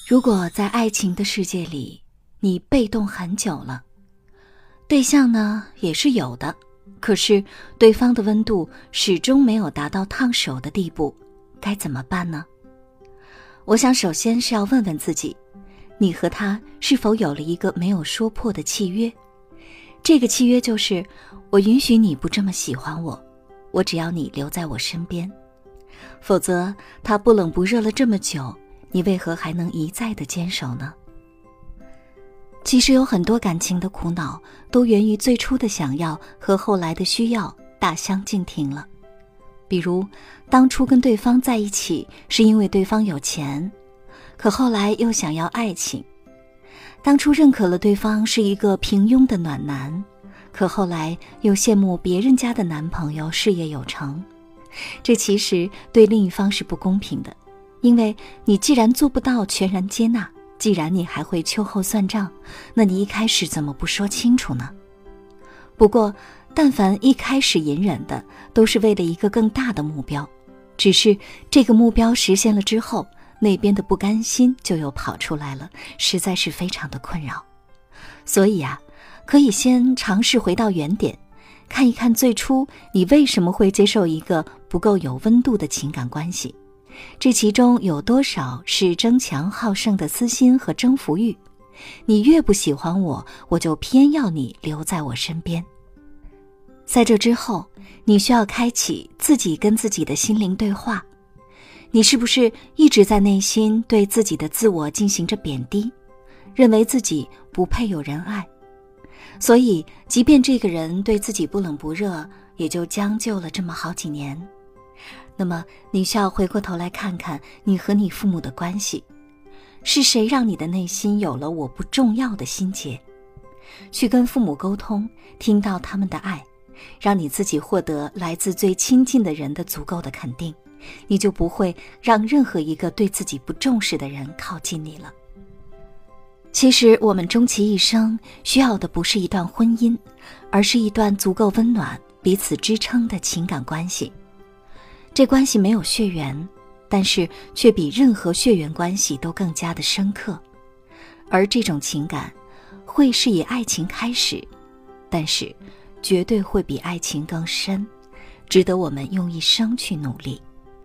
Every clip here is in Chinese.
如果在爱情的世界里，你被动很久了，对象呢也是有的，可是对方的温度始终没有达到烫手的地步，该怎么办呢？我想首先是要问问自己，你和他是否有了一个没有说破的契约？这个契约就是，我允许你不这么喜欢我，我只要你留在我身边。否则他不冷不热了这么久，你为何还能一再的坚守呢？其实有很多感情的苦恼都源于最初的想要和后来的需要大相径庭了。比如当初跟对方在一起是因为对方有钱，可后来又想要爱情。当初认可了对方是一个平庸的暖男，可后来又羡慕别人家的男朋友事业有成。这其实对另一方是不公平的，因为你既然做不到全然接纳，既然你还会秋后算账，那你一开始怎么不说清楚呢？不过但凡一开始隐忍的，都是为了一个更大的目标，只是这个目标实现了之后，那边的不甘心就又跑出来了，实在是非常的困扰。所以可以先尝试回到原点，看一看最初你为什么会接受一个不够有温度的情感关系，这其中有多少是争强好胜的私心和征服欲？你越不喜欢我，我就偏要你留在我身边。在这之后，你需要开启自己跟自己的心灵对话。你是不是一直在内心对自己的自我进行着贬低，认为自己不配有人爱？所以即便这个人对自己不冷不热，也就将就了这么好几年。那么你需要回过头来看看你和你父母的关系，是谁让你的内心有了我不重要的心结？去跟父母沟通，听到他们的爱，让你自己获得来自最亲近的人的足够的肯定，你就不会让任何一个对自己不重视的人靠近你了。其实我们终其一生需要的不是一段婚姻，而是一段足够温暖、彼此支撑的情感关系。这关系没有血缘，但是却比任何血缘关系都更加的深刻。而这种情感会是以爱情开始，但是绝对会比爱情更深，值得我们用一生去努力。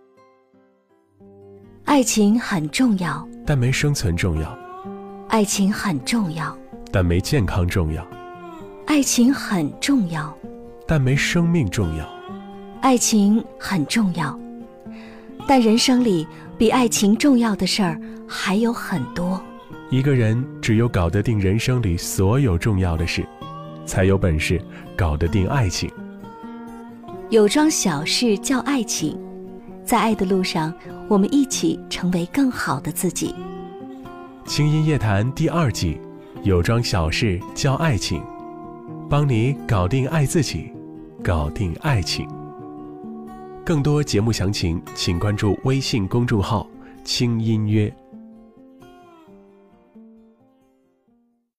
爱情很重要， 但没生存重要； 爱情很重要， 但没健康重要； 爱情很重要， 但没生命重要； 爱情很重要，但人生里比爱情重要的事儿还有很多。 一个人只有搞得定人生里所有重要的事，才有本事搞得定爱情。 有桩小事叫爱情，在爱的路上，我们一起成为更好的自己。 清音夜谈第2季，有桩小事叫爱情，帮你搞定爱自己，搞定爱情。更多节目详情，请关注微信公众号轻音乐。